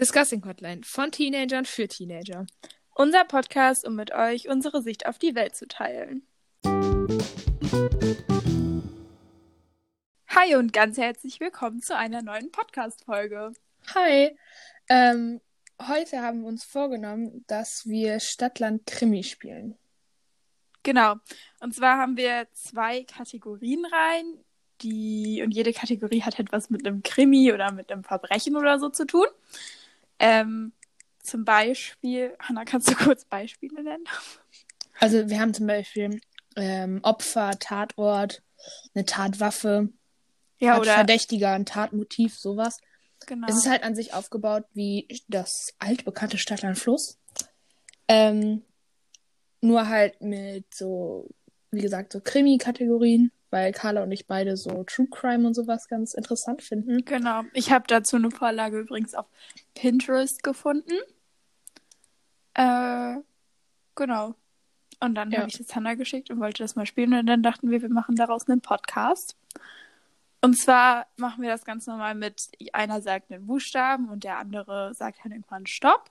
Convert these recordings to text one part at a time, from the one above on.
Discussing Hotline von Teenagern für Teenager. Unser Podcast, um mit euch unsere Sicht auf die Welt zu teilen. Hi und ganz herzlich willkommen zu einer neuen Podcast-Folge. Hi, heute haben wir uns vorgenommen, dass wir Stadtland Krimi spielen. Genau, und zwar haben wir 2 Kategorien rein, und jede Kategorie hat etwas mit einem Krimi oder mit einem Verbrechen oder so zu tun. Zum Beispiel, Hannah, kannst du kurz Beispiele nennen? Also wir haben zum Beispiel Opfer, Tatort, eine Tatwaffe, Tatverdächtiger, ein Tatmotiv, sowas. Genau. Es ist halt an sich aufgebaut wie das altbekannte Stadtland Fluss. Nur halt mit so, wie gesagt, so Krimi-Kategorien, weil Carla und ich beide so True Crime und sowas ganz interessant finden. Genau. Ich habe dazu eine Vorlage übrigens auf Pinterest gefunden. Genau. Und dann habe ich das Hannah geschickt und wollte das mal spielen. Und dann dachten wir machen daraus einen Podcast. Und zwar machen wir das ganz normal mit, einer sagt einen Buchstaben und der andere sagt dann irgendwann Stopp.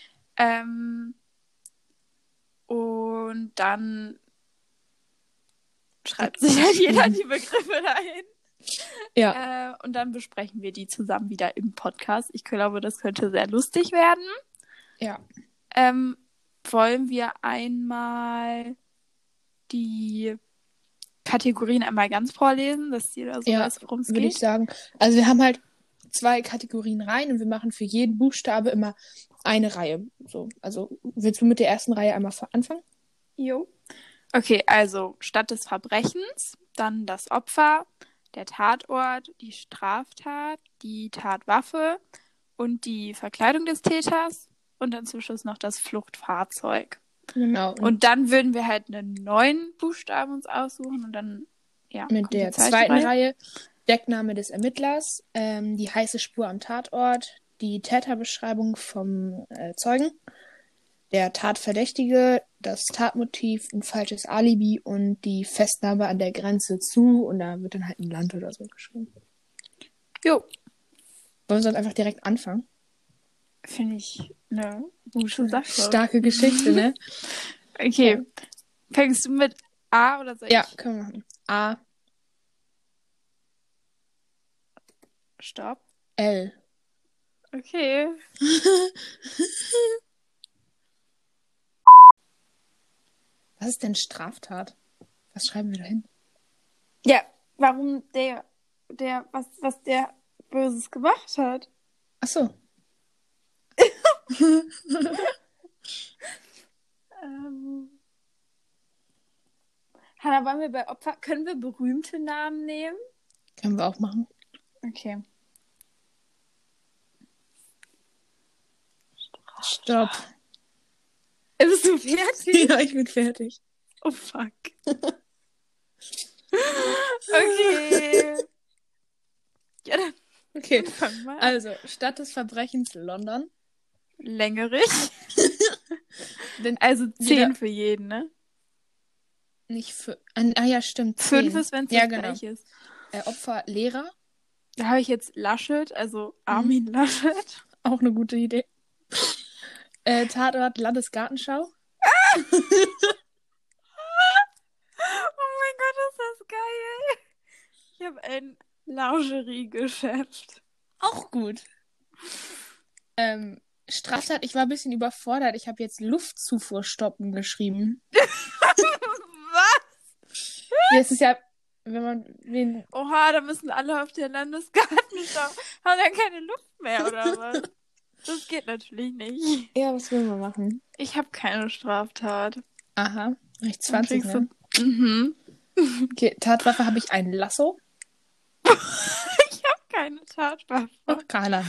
Und dann schreibt sich halt jeder die Begriffe dahin. Ja. Und dann besprechen wir die zusammen wieder im Podcast. Ich glaube, das könnte sehr lustig werden. Ja. Wollen wir einmal die Kategorien einmal ganz vorlesen, dass jeder so weiß, worum es geht? Würde ich sagen. Also wir haben halt 2 Kategorien rein und wir machen für jeden Buchstabe immer eine Reihe. So, also willst du mit der ersten Reihe einmal anfangen? Jo. Okay, also Stadt des Verbrechens, dann das Opfer, der Tatort, die Straftat, die Tatwaffe und die Verkleidung des Täters und dann zum Schluss noch das Fluchtfahrzeug. Genau. Und dann würden wir halt einen neuen Buchstaben uns aussuchen und dann, mit der zweiten Reihe Deckname des Ermittlers, die heiße Spur am Tatort, die Täterbeschreibung vom Zeugen, der Tatverdächtige, das Tatmotiv, ein falsches Alibi und die Festnahme an der Grenze zu und da wird dann halt ein Land oder so geschrieben. Jo. Wollen wir sonst einfach direkt anfangen? Finde ich eine gute Sache. Starke Geschichte, ne? Okay. Ja. Fängst du mit A oder soll ich? Ja, können wir machen. A. Stopp. L. Okay. Was ist denn Straftat? Was schreiben wir da hin? Ja, warum was der Böses gemacht hat. Ach so. Hannah, wollen wir bei Opfer, können wir berühmte Namen nehmen? Können wir auch machen. Okay. Stopp. Bist du fertig? Ja, ich bin fertig. Oh, fuck. Okay. Ja, dann. Okay. Fang mal an. Also, Stadt des Verbrechens London. Längerig. Also 10 für jeden, ne? Nicht für. Ja, stimmt. 5 ist, wenn es gleich ist. Opfer Lehrer. Da habe ich jetzt Laschet, also Armin Laschet. Auch eine gute Idee. Tatort Landesgartenschau. Oh mein Gott, ist das geil. Ich habe ein Lingerie-Geschäft. Auch gut. Straftat, ich war ein bisschen überfordert. Ich habe jetzt Luftzufuhr stoppen geschrieben. Was? Jetzt ist ja, wenn man Oha, da müssen alle auf der Landesgartenschau. Haben dann keine Luft mehr, oder was? Das geht natürlich nicht. Ja, was will man machen? Ich habe keine Straftat. Aha, ich 20, ne? Mhm. Okay, Tatwaffe habe ich ein Lasso. Ich habe keine Tatwaffe. Ach, Carla.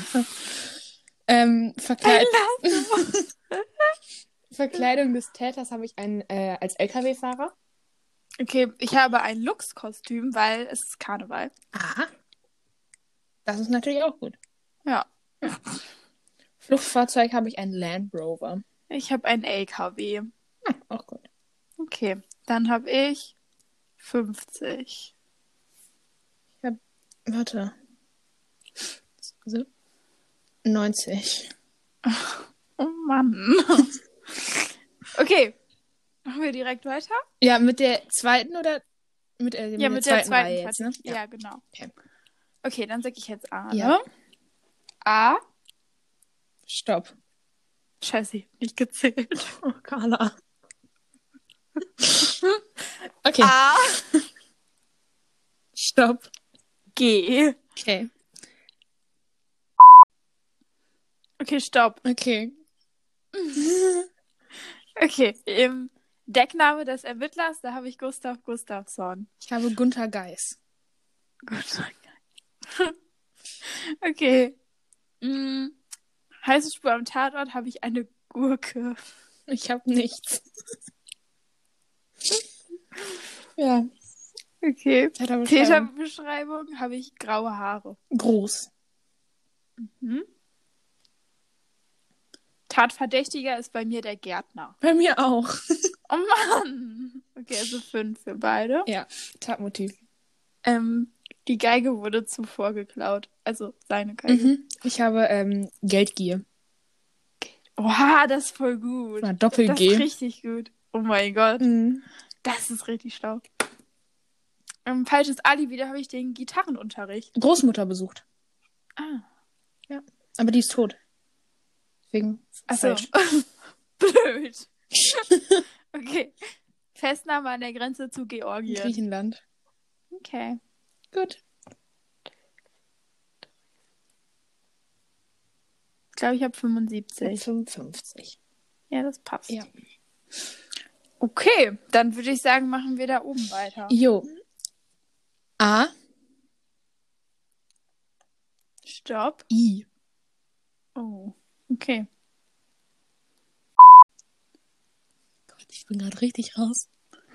Verkleidung des Täters habe ich als LKW-Fahrer. Okay, ich habe ein Luchskostüm, weil es ist Karneval. Aha. Das ist natürlich auch gut. Ja. Fluchtfahrzeug habe ich ein Land Rover. Ich habe ein LKW. Auch gut. Okay, dann habe ich 50. Warte. So. 90. Oh Mann. Okay. Machen wir direkt weiter? Ja, mit der zweiten oder mit der zweiten Reihe jetzt, ne? Ja, genau. Okay. Okay, dann sag ich jetzt A, Ja. ne? A. Stopp. Scheiße, ich hab nicht gezählt. Oh, Carla. Okay. A. Stopp. G. Okay. Okay, stopp. Okay. Okay, im Deckname des Ermittlers, da habe ich Gustav Gustafsson. Ich habe Gunther Geis. Gut. Okay. Heiße Spur am Tatort habe ich eine Gurke. Ich habe nichts. Ja. Okay. Täterbeschreibung. Täterbeschreibung habe ich graue Haare. Groß. Mhm. Tatverdächtiger ist bei mir der Gärtner. Bei mir auch. Oh Mann. Okay, also 5 für beide. Ja, Tatmotiv. Die Geige wurde zuvor geklaut. Also seine Geige. Mhm. Ich habe Geldgier. Oha, das ist voll gut. Ah, Doppel-G. Das ist richtig gut. Oh mein Gott. Mhm. Das ist richtig schlau. Falsches Alibi, da habe ich den Gitarrenunterricht. Großmutter besucht. Ah. Ja. Aber die ist tot. Deswegen falsch. Blöd. Okay. Festnahme an der Grenze zu Georgien. Griechenland. Okay. Gut. Ich glaube, ich habe 75. 55. Ja, das passt. Ja. Okay, dann würde ich sagen, machen wir da oben weiter. Jo. A. Stopp. I. Oh, okay. Gott, ich bin gerade richtig raus.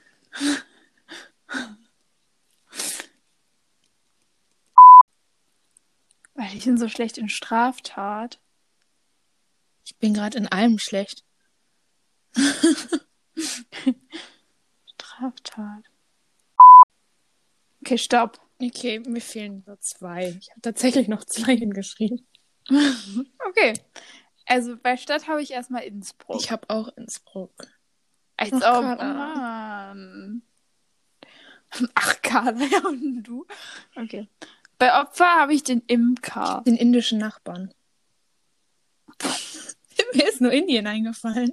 Weil ich bin so schlecht in Straftat. Ich bin gerade in allem schlecht. Straftat. Okay, stopp. Okay, mir fehlen nur 2. Ich habe tatsächlich noch 2 hingeschrieben. Okay. Also bei Stadt habe ich erstmal Innsbruck. Ich habe auch Innsbruck. Als Ach, ob. Carla. Oh Mann. Ach, Carla, ja, und du? Okay. Bei Opfer habe ich den Imker. Den indischen Nachbarn. Mir ist nur Indien eingefallen.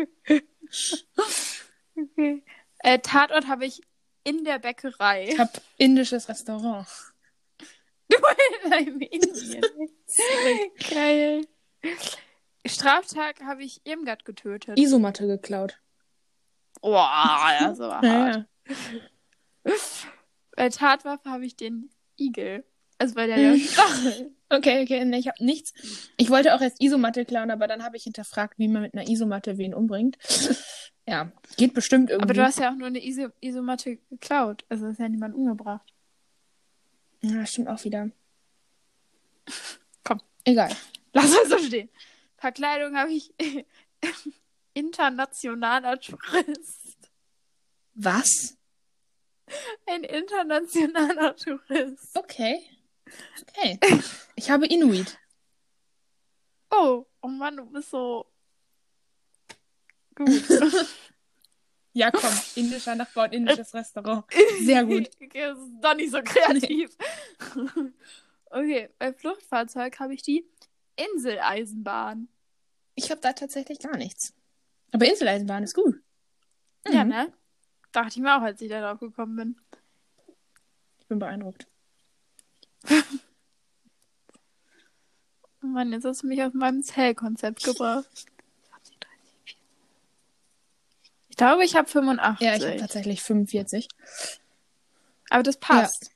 Okay. Tatort habe ich in der Bäckerei. Ich habe indisches Restaurant. Du in einem Indien. Geil. Straftat habe ich Irmgard getötet. Isomatte geklaut. Boah, das war hart. Ja. Bei Tatwaffe habe ich den Igel. Also bei der Stachel. Okay, nee, ich habe nichts. Ich wollte auch erst Isomatte klauen, aber dann habe ich hinterfragt, wie man mit einer Isomatte wen umbringt. Ja, geht bestimmt irgendwie. Aber du hast ja auch nur eine Isomatte geklaut. Also ist ja niemand umgebracht. Ja, stimmt auch wieder. Komm. Egal. Lass mal so stehen. Verkleidung habe ich internationaler Tourist. Was? Ein internationaler Tourist. Okay. Ich habe Inuit. Oh Mann, du bist so gut. Ja, komm. Indischer Nachbar und indisches Restaurant. Sehr gut. Okay, das ist doch nicht so kreativ. Okay, bei Fluchtfahrzeug habe ich die Inseleisenbahn. Ich habe da tatsächlich gar nichts. Aber Inseleisenbahn ist gut. Ja, ne? Dachte ich mir auch, als ich da drauf gekommen bin. Ich bin beeindruckt. Mann, jetzt hast du mich aus meinem Zählkonzept gebracht. Ich glaube, ich habe 85. Ja, ich habe tatsächlich 45. Aber das passt.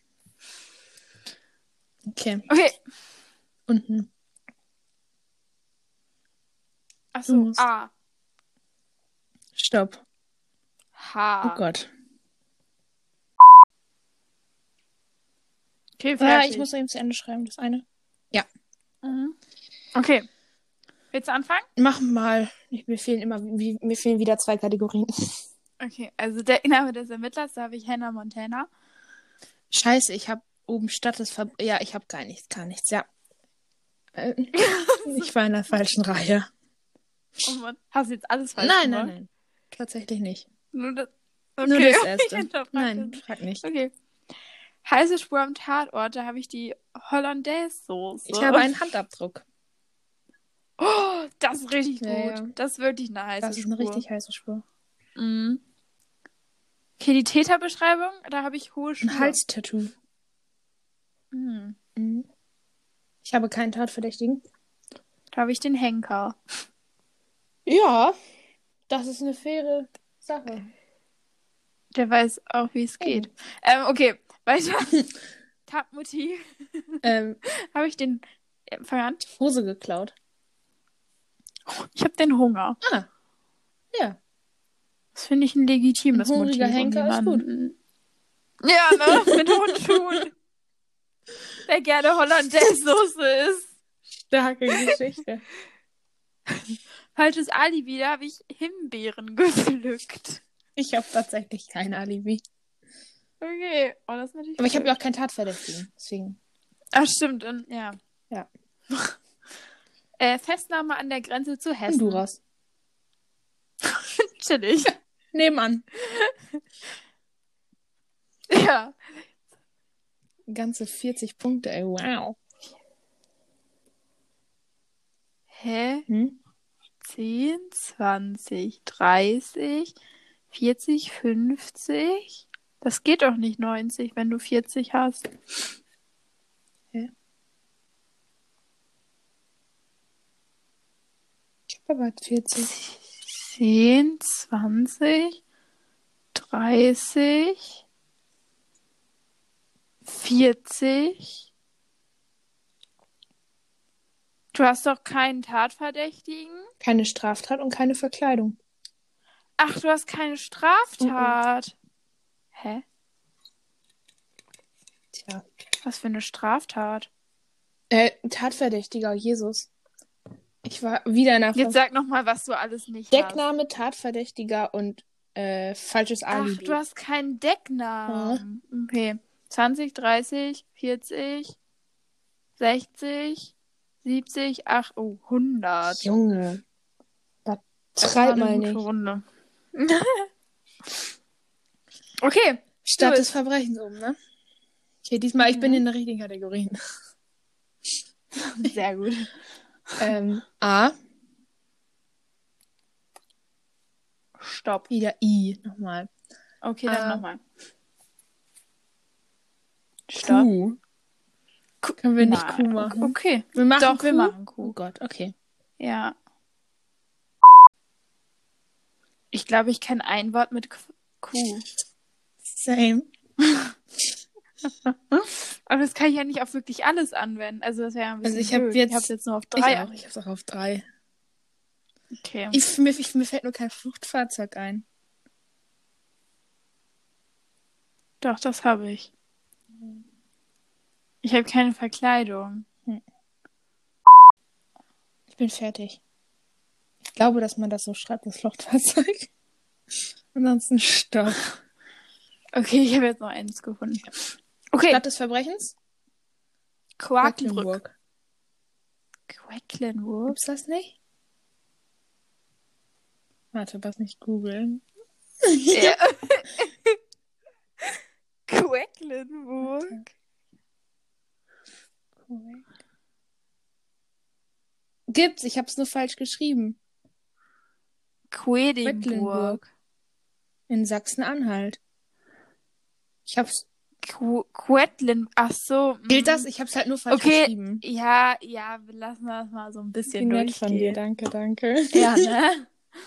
Ja. Okay. Unten. Achso, A. Stopp. H. Oh Gott. Okay, fertig. Ich muss eben zu Ende schreiben, das eine. Ja. Mhm. Okay. Willst du anfangen? Mach mal. Mir fehlen wieder 2 Kategorien. Okay, also der Name des Ermittlers, da habe ich Hannah Montana. Scheiße, ich habe oben statt des Ja, ich habe gar nichts, ja. Ich war in der falschen Reihe. Oh Mann, hast du jetzt alles falsch Nein, gemacht? nein. Tatsächlich nicht. Nur das, Nur okay. das erste. hinterfrag Nein, das. frag nicht. Okay. Heiße Spur am Tatort, da habe ich die Hollandaise-Soße. Ich habe einen Handabdruck. Oh, das ist richtig Ja, gut. ja. Das ist wirklich eine heiße Spur. Das ist eine richtig heiße Spur. Mhm. Okay, die Täterbeschreibung, da habe ich hohe Schuhe. Ein Halstattoo. Mhm. Mhm. Ich habe keinen Tatverdächtigen. Da habe ich den Henker. Ja, das ist eine faire Sache. Der weiß auch, wie es geht. Okay, weiter. Tatmotiv. Habe ich den verrannt? Hose geklaut. Ich habe den Hunger. Ah, ja. Das finde ich ein legitimes Ein hungriger Motiv. Henker ist gut. Ja, ne? Mit hohen Schuhen. Der gerne Hollandaise-Soße ist. Starke Geschichte. Falsches Alibi, da habe ich Himbeeren gepflückt. Ich habe tatsächlich kein Alibi. Okay. Oh, das ist natürlich Aber ich habe ja auch keinen Tatverdächtigen. Deswegen. Ach, stimmt. Ja. Ja. Festnahme an der Grenze zu Hessen. Honduras. Chillig. Nebenan. Ja. Ganze 40 Punkte, ey. Wow. Hä? Hm? 10, 20, 30, 40, 50? Das geht doch nicht 90, wenn du 40 hast. Hä? Ich habe aber 40. 10, 20, 30, 40. Du hast doch keinen Tatverdächtigen? Keine Straftat und keine Verkleidung. Ach, du hast keine Straftat. Hä? Tja. Was für eine Straftat? Tatverdächtiger, Jesus. Ich war wieder in der Jetzt sag nochmal, was du alles nicht Deckname, Tatverdächtiger und falsches hast. Alibi. Ach, du hast keinen Decknamen. Okay. 20, 30, 40, 60, 70, 100. Junge. Das Treib war eine mal gute nicht. Runde. Okay. Stadt Gut. des Verbrechens oben, ne? Okay, diesmal, ich bin in der richtigen Kategorie. Sehr gut. A. Stopp. Wieder I. Nochmal. Okay, dann nochmal. Stopp. Q. Können wir nicht Nein. Q machen? Okay. Wir machen Doch, Q? wir machen Q. Oh Gott, okay. Ja. Ich glaube, ich kenne ein Wort mit Q. Same. Aber das kann ich ja nicht auf wirklich alles anwenden. Also das wäre ja ein bisschen Also ich habe blöd. jetzt... Ich habe jetzt nur auf 3. Ich habe es auch auf 3. Okay. Mir fällt nur kein Fluchtfahrzeug ein. Doch, das habe ich. Ich habe keine Verkleidung. Ich bin fertig. Ich glaube, dass man das so schreibt, das Fluchtfahrzeug. Ansonsten stopp. Okay, ich habe jetzt noch eins gefunden. Okay. Stadt des Verbrechens? Quakenbrück. Quedlinburg. Gibt's das nicht? Warte, was nicht googeln. Ja. Quedlinburg. Gibt's, ich hab's nur falsch geschrieben. Quedlinburg. In Sachsen-Anhalt. Ich hab's... Quedlin. Ach so. Gilt das? Ich hab's halt nur falsch geschrieben. Ja, wir lassen das mal so ein bisschen Wie nett durchgehen. von dir, danke. Ja, ne?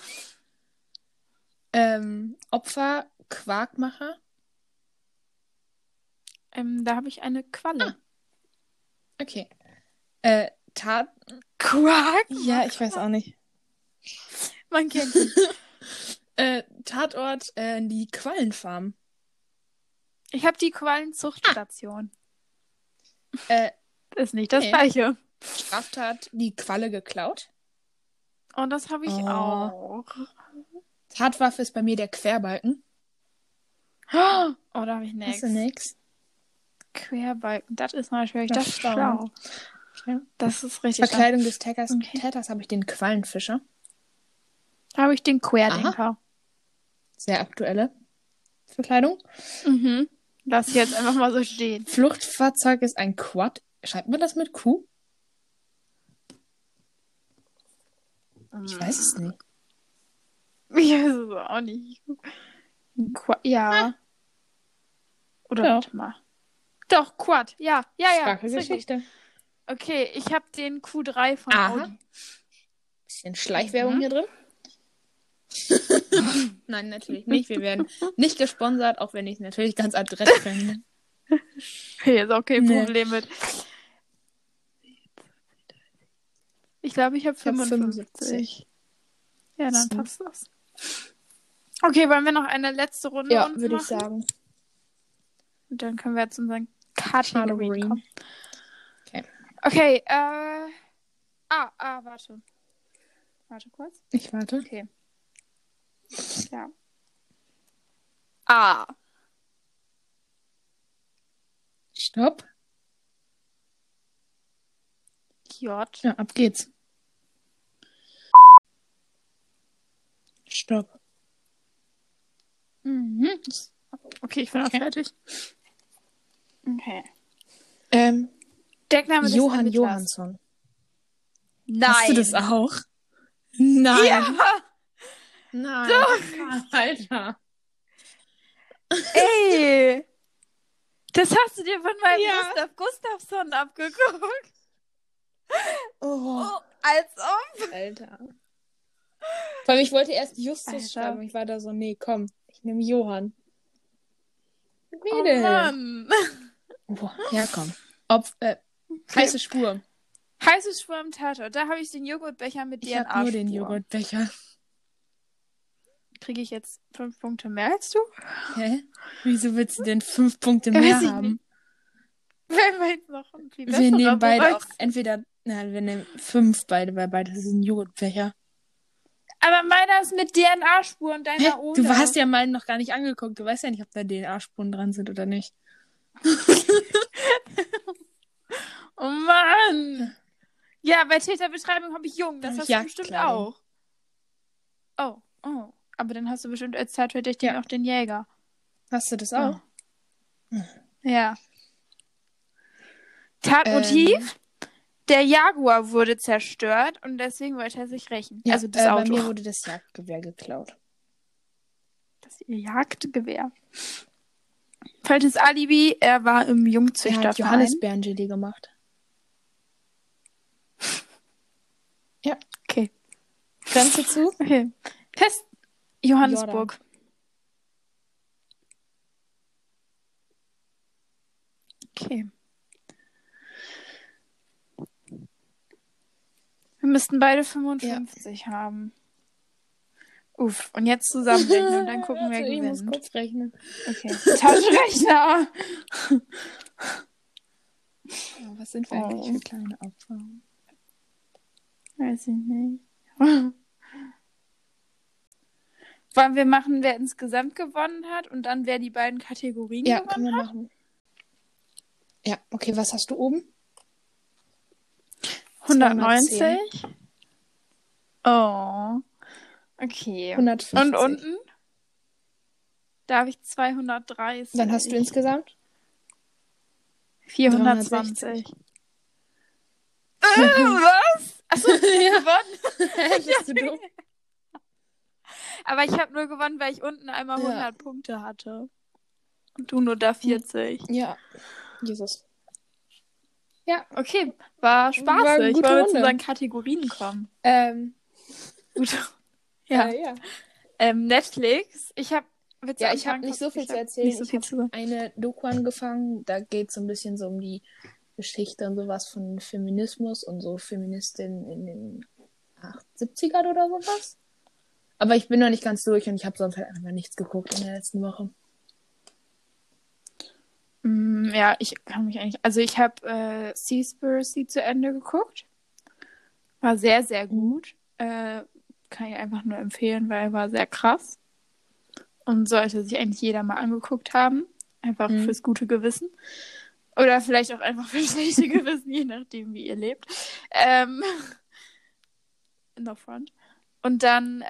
Opfer, Quarkmacher. Da habe ich eine Qualle. Okay. Tat... Quark? Ja, ich weiß auch nicht. Man kennt ihn. Tatort, die Quallenfarm. Ich habe die Quallenzuchtstation. Ist nicht das nee. Gleiche. Straftat, die Qualle geklaut. Und das habe ich auch. Tatwaffe ist bei mir der Querbalken. Oh, da habe ich nichts. Hast du nix? Querbalken, das ist natürlich Das das schlau. schlau. Ja. Das ist richtig. Verkleidung des Täters habe ich den Quallenfischer. Da habe ich den Querdenker. Sehr aktuelle Verkleidung. Mhm. Lass ich jetzt einfach mal so stehen. Fluchtfahrzeug ist ein Quad. Schreibt man das mit Q? Ich weiß es nicht. Ich weiß es auch nicht. Ja. Oder Ja. warte mal. Doch, Quad. Ja. Starke Geschichte. Okay, ich habe den Q3 von Aha. Audi. Bisschen Schleichwerbung hier drin. Nein, natürlich nicht. Wir werden nicht gesponsert, auch wenn ich natürlich ganz adrett finde. Hier ist auch kein Problem mit. Ich glaube, ich habe 75. Ja, dann passt das. Okay, wollen wir noch eine letzte Runde Ja, machen? würde ich sagen. Und dann können wir zu unseren Kategorien kommen. Okay. Okay, warte. Warte kurz. Ich warte. Okay. Ja. A. Stopp. J. Ja, ab geht's. Stopp. Mhm. Okay, ich bin auch fertig. Okay. Deckname des Johann Ermittlers. Johansson. Nein. Hast du das auch? Nein. Ja. Nein. Doch. Alter. Ey. Das hast du dir von meinem Gustav Gustafsson abgeguckt. Oh. Als ob. Alter. Vor allem, ich wollte erst Justus Alter. schreiben. Ich war da so, nee, komm. Ich nehme Johann. Oh Mann. Oh, ja, komm. Heiße Spur. Heiße Spur am Tatort. Da habe ich den Joghurtbecher mit Ich habe nur den Joghurtbecher. Kriege ich jetzt 5 Punkte mehr als du? Hä? Wieso willst du denn 5 Punkte mehr haben? Wenn wir jetzt noch ein viel Wir nehmen beide auch entweder... Nein, wir nehmen 5 beide, weil beides ist ein Joghurtbecher. Aber meiner ist mit DNA-Spuren und deiner ohne. Du hast ja meinen noch gar nicht angeguckt. Du weißt ja nicht, ob da DNA-Spuren dran sind oder nicht. Oh Mann! Ja, bei Täterbeschreibung habe ich jung. Das hast du bestimmt auch. Oh. Aber dann hast du bestimmt als Tatverdächtigen auch den Jäger. Hast du das auch? Ja. Tatmotiv? Der Jaguar wurde zerstört und deswegen wollte er sich rächen. Ja, also das Auto. Bei mir wurde das Jagdgewehr geklaut. Das Jagdgewehr. Falsches Alibi, er war im Jungzüchterverein. Er hat Johannisbeerengelee gemacht. Ja. Okay. Grenze zu? Okay. Fest Johannesburg. Okay. Wir müssten beide 55 haben. Uff, und jetzt zusammenrechnen und dann gucken, wer gewinnt. Ich muss kurz rechnen. Okay. Taschenrechner! Oh, was sind wir eigentlich für kleine Opfer? Weiß ich nicht. Wollen wir machen, wer insgesamt gewonnen hat und dann wer die beiden Kategorien gewonnen hat? Ja, können wir machen. Ja, okay, was hast du oben? 190. 210. Oh. Okay. 150. Und unten? Da habe ich 230. Dann hast du insgesamt? 420. Was? Achso, ich hab gewonnen. Bist du dumm? Aber ich habe nur gewonnen, weil ich unten einmal 100 Punkte hatte. Und du nur da 40. Ja. Jesus. Ja, okay. War spaßig. Ich wollte zu unseren Kategorien kommen. Gut. Ja. Netflix. Ich habe nicht so viel zu erzählen. Ich habe eine Doku angefangen. Da geht es so ein bisschen so um die Geschichte und sowas von Feminismus und so Feministinnen in den 70ern oder sowas. Aber ich bin noch nicht ganz durch und ich habe sonst halt einfach nichts geguckt in der letzten Woche. Ja, ich kann mich eigentlich... Also ich habe Seaspiracy zu Ende geguckt. War sehr, sehr gut. Kann ich einfach nur empfehlen, weil war sehr krass. Und sollte sich eigentlich jeder mal angeguckt haben. Einfach fürs gute Gewissen. Oder vielleicht auch einfach für schlechte Gewissen, je nachdem, wie ihr lebt. No front. Und dann,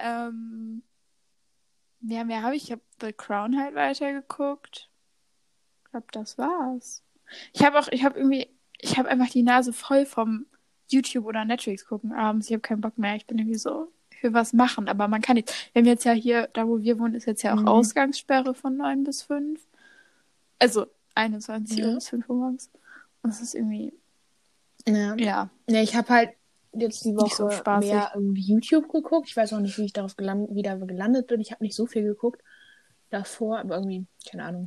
ja, mehr habe ich. Ich habe The Crown halt weitergeguckt. Ich glaube, das war's. Ich habe einfach die Nase voll vom YouTube oder Netflix gucken abends. Ich habe keinen Bock mehr. Ich bin irgendwie so, ich will was machen, aber man kann nicht. Wir haben jetzt ja hier, da wo wir wohnen, ist jetzt ja auch Ausgangssperre von 9 bis 5. Also 21 Uhr bis 5 Uhr morgens. Und das ist irgendwie, Ja. ja. Ja, ich habe halt jetzt die Nicht so Woche spaßig. mehr irgendwie YouTube geguckt. Ich weiß auch nicht, wie ich darauf wieder gelandet bin. Ich habe nicht so viel geguckt davor, aber irgendwie, keine Ahnung.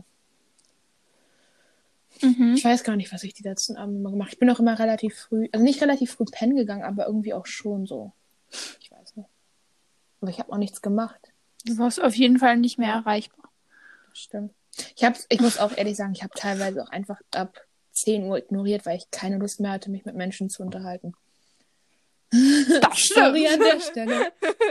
Ich weiß gar nicht, was ich die letzten Abende mal gemacht habe. Ich bin auch immer relativ früh, also nicht relativ früh pennen gegangen, aber irgendwie auch schon so. Ich weiß nicht. Aber ich habe auch nichts gemacht. Du warst auf jeden Fall nicht mehr erreichbar. Das stimmt. Ich muss auch ehrlich sagen, ich habe teilweise auch einfach ab 10 Uhr ignoriert, weil ich keine Lust mehr hatte, mich mit Menschen zu unterhalten. Das stimmt. Sorry an der Stelle.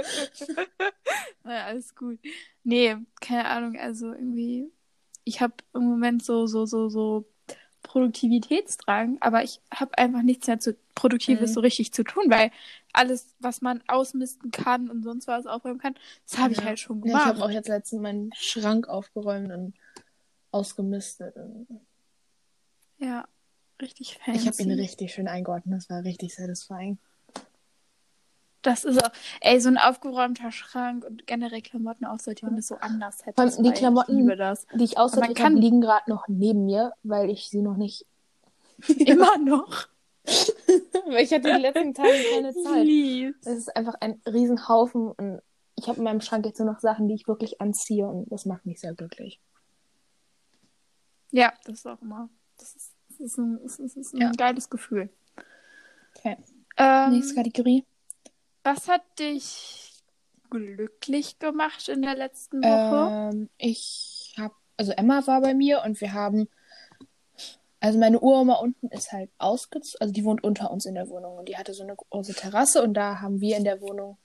Naja, alles gut. Nee, keine Ahnung, also irgendwie, ich habe im Moment so Produktivitätsdrang, aber ich habe einfach nichts mehr Produktives so richtig zu tun, weil alles, was man ausmisten kann und sonst was aufräumen kann, das habe ich halt schon gemacht. Ja, ich habe auch jetzt letztens meinen Schrank aufgeräumt und ausgemistet. Ja, richtig fancy. Ich habe ihn richtig schön eingeordnet, das war richtig satisfying. Das ist auch, so ein aufgeräumter Schrank und generell Klamotten aussortieren ist so anders. Die Klamotten, die ich aussortiert habe, liegen gerade noch neben mir, weil ich sie noch nicht... Immer noch? Weil ich hatte die letzten Tage keine Zeit. Das ist einfach ein Riesenhaufen und ich habe in meinem Schrank jetzt nur noch Sachen, die ich wirklich anziehe und das macht mich sehr glücklich. Ja, das ist auch immer... Das ist ein geiles Gefühl. Okay. Nächste Kategorie. Was hat dich glücklich gemacht in der letzten Woche? Also Emma war bei mir und wir haben, also meine Uroma unten ist halt ausgezogen, also die wohnt unter uns in der Wohnung und die hatte so eine große Terrasse und da haben wir in der Wohnung,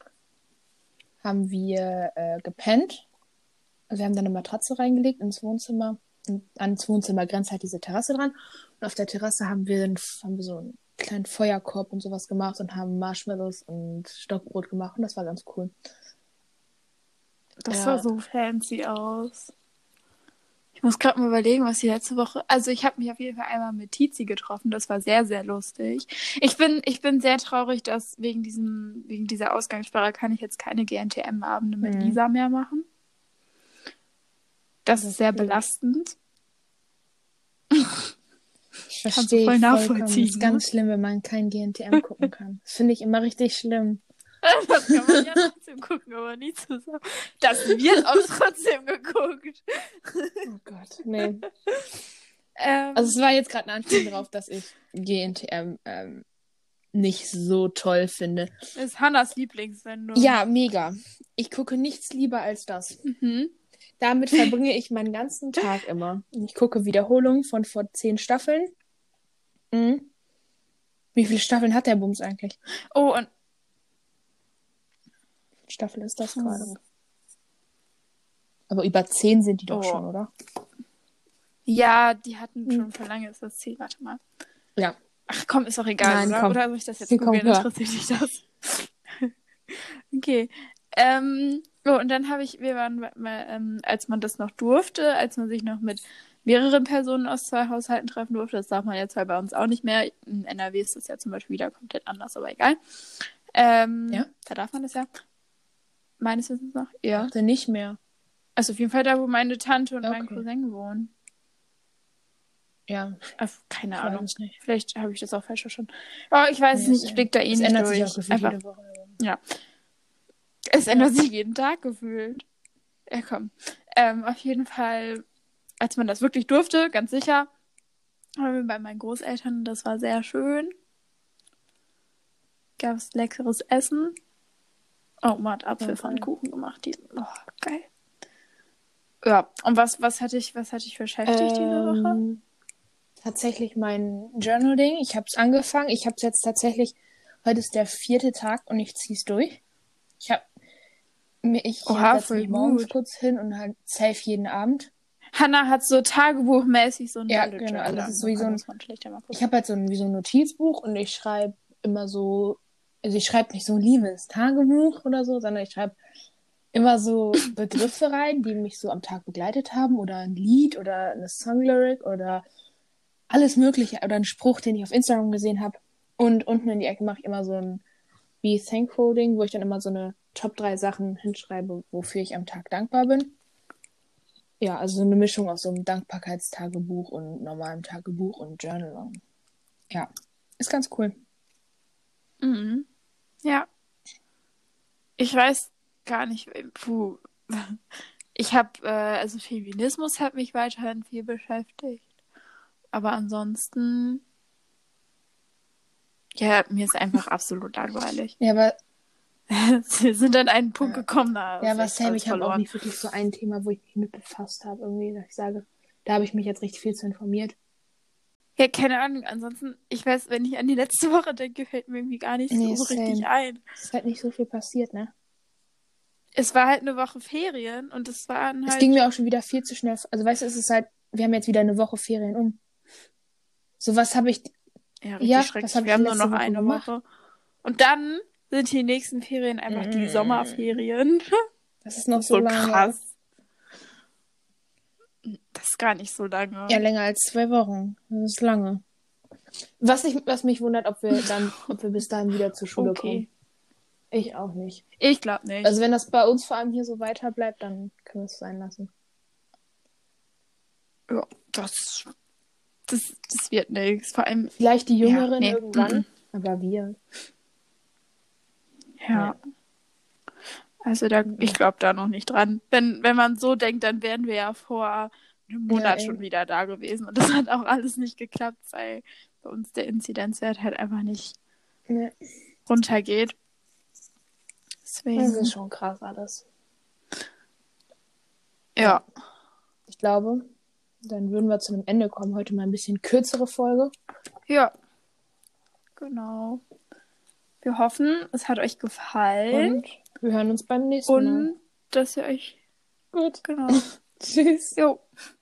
gepennt. Also wir haben da eine Matratze reingelegt ins Wohnzimmer und ans Wohnzimmer grenzt halt diese Terrasse dran und auf der Terrasse haben wir so einen kleinen Feuerkorb und sowas gemacht und haben Marshmallows und Stockbrot gemacht und das war ganz cool. Das sah so fancy aus. Ich muss gerade mal überlegen, was die letzte Woche... Also ich habe mich auf jeden Fall einmal mit Tizi getroffen. Das war sehr, sehr lustig. Ich bin sehr traurig, dass wegen dieser Ausgangssperre kann ich jetzt keine GNTM-Abende mit Lisa mehr machen. Das ist sehr belastend. Ich verstehe voll nachvollziehen. Das ist ganz schlimm, wenn man kein GNTM gucken kann. Das finde ich immer richtig schlimm. Das kann man ja trotzdem gucken, aber nie zusammen. Das wird auch trotzdem geguckt. Oh Gott, nee. Also es war jetzt gerade ein Anspielung darauf, dass ich GNTM nicht so toll finde. Das ist Hannas Lieblingssendung. Ja, mega. Ich gucke nichts lieber als das. Damit verbringe ich meinen ganzen Tag immer. Ich gucke Wiederholungen von vor 10 Staffeln. Wie viele Staffeln hat der Bums eigentlich? Oh, und Staffel ist das gerade? Aber über 10 sind die doch schon, oder? Ja, die hatten schon vor lange ist das Ziel. Warte mal. Ja. Ach komm, ist doch egal, Nein, oder? Komm. Oder soll ich das jetzt googeln? Interessiert dich das? Okay. Und dann wir waren, als man das noch durfte, als man sich noch mit mehreren Personen aus 2 Haushalten treffen durfte, das darf man jetzt halt bei uns auch nicht mehr. In NRW ist das ja zum Beispiel wieder komplett anders, aber egal. Da darf man das ja. Meines Wissens noch? Ja. Dachte nicht mehr. Also auf jeden Fall da, wo meine Tante und mein Cousin wohnen. Ja. Keine Ahnung. Nicht. Vielleicht habe ich das auch falsch verstanden. Oh, ich weiß nicht, ich blick da nicht ändert durch. Sich auch jede Woche. Ja. Es ändert sich jeden Tag gefühlt. Ja, komm. Auf jeden Fall, als man das wirklich durfte, ganz sicher, waren wir bei meinen Großeltern. Das war sehr schön. Gab es leckeres Essen. Oh, man hat Apfelpfannkuchen gemacht. Die sind geil. Ja, und was hat dich beschäftigt diese Woche? Tatsächlich mein Journaling. Ich habe es angefangen. Ich habe es jetzt tatsächlich, heute ist der 4. Tag und ich ziehe es durch. Ich setze mich morgens kurz hin und halt safe jeden Abend. Hannah hat so tagebuchmäßig so ein Ja, Bullet genau. Journal. Das ist so wie so ein, muss man schlechter mal gucken. ich habe halt wie so ein Notizbuch und ich schreibe immer so, also ich schreibe nicht so liebes Tagebuch oder so, sondern ich schreibe immer so Begriffe rein, die mich so am Tag begleitet haben oder ein Lied oder eine Songlyric oder alles Mögliche oder ein Spruch, den ich auf Instagram gesehen habe. Und unten in die Ecke mache ich immer so ein Be Thankful Ding, wo ich dann immer so eine Top 3 Sachen hinschreibe, wofür ich am Tag dankbar bin. Ja, also so eine Mischung aus so einem Dankbarkeitstagebuch und normalem Tagebuch und Journal. Ja, ist ganz cool. Mhm. Ja. Ich weiß gar nicht, Ich habe, also Feminismus hat mich weiterhin viel beschäftigt. Aber ansonsten, ja, mir ist einfach absolut langweilig. Ja, aber Sie sind an einen Punkt gekommen, da ja, ist was echt Sam, ich habe auch verloren. nicht wirklich so ein Thema, wo ich mich mit befasst habe, irgendwie, dass ich sage, da habe ich mich jetzt richtig viel zu informiert. Ja, keine Ahnung. Ansonsten, ich weiß, wenn ich an die letzte Woche denke, fällt mir irgendwie gar nicht so richtig ein. Es ist halt nicht so viel passiert, ne? Es war halt eine Woche Ferien und es waren Es halt. ging mir auch schon wieder viel zu schnell. Also, weißt du, es ist halt, wir haben jetzt wieder eine Woche Ferien um. So, was habe ich. Ja, richtig Ja, schrecklich. was habe Wir ich haben nur letzte noch Woche eine gemacht? Woche. Und dann sind die nächsten Ferien einfach die Sommerferien. Das ist noch Das ist so so lange. krass. Das ist gar nicht so lange. Ja, länger als 2 Wochen. Das ist lange. Was mich wundert, ob wir bis dahin wieder zur Schule kommen. Ich auch nicht. Ich glaube nicht. Also wenn das bei uns vor allem hier so weiter bleibt, dann können wir es sein lassen. Ja, das wird nichts. Vor allem. Vielleicht die Jüngeren Ja, nee. irgendwann, aber wir. Ja. Nee. Also ich glaube da noch nicht dran. Wenn man so denkt, dann wären wir ja vor einem Monat schon wieder da gewesen. Und das hat auch alles nicht geklappt, weil bei uns der Inzidenzwert halt einfach nicht runtergeht. Deswegen. Das ist schon krass alles. Ja. Ich glaube, dann würden wir zu einem Ende kommen. Heute mal ein bisschen kürzere Folge. Ja. Genau. Wir hoffen, es hat euch gefallen. Und wir hören uns beim nächsten Mal. Und dass ihr euch. Gut. Genau. Tschüss. Jo.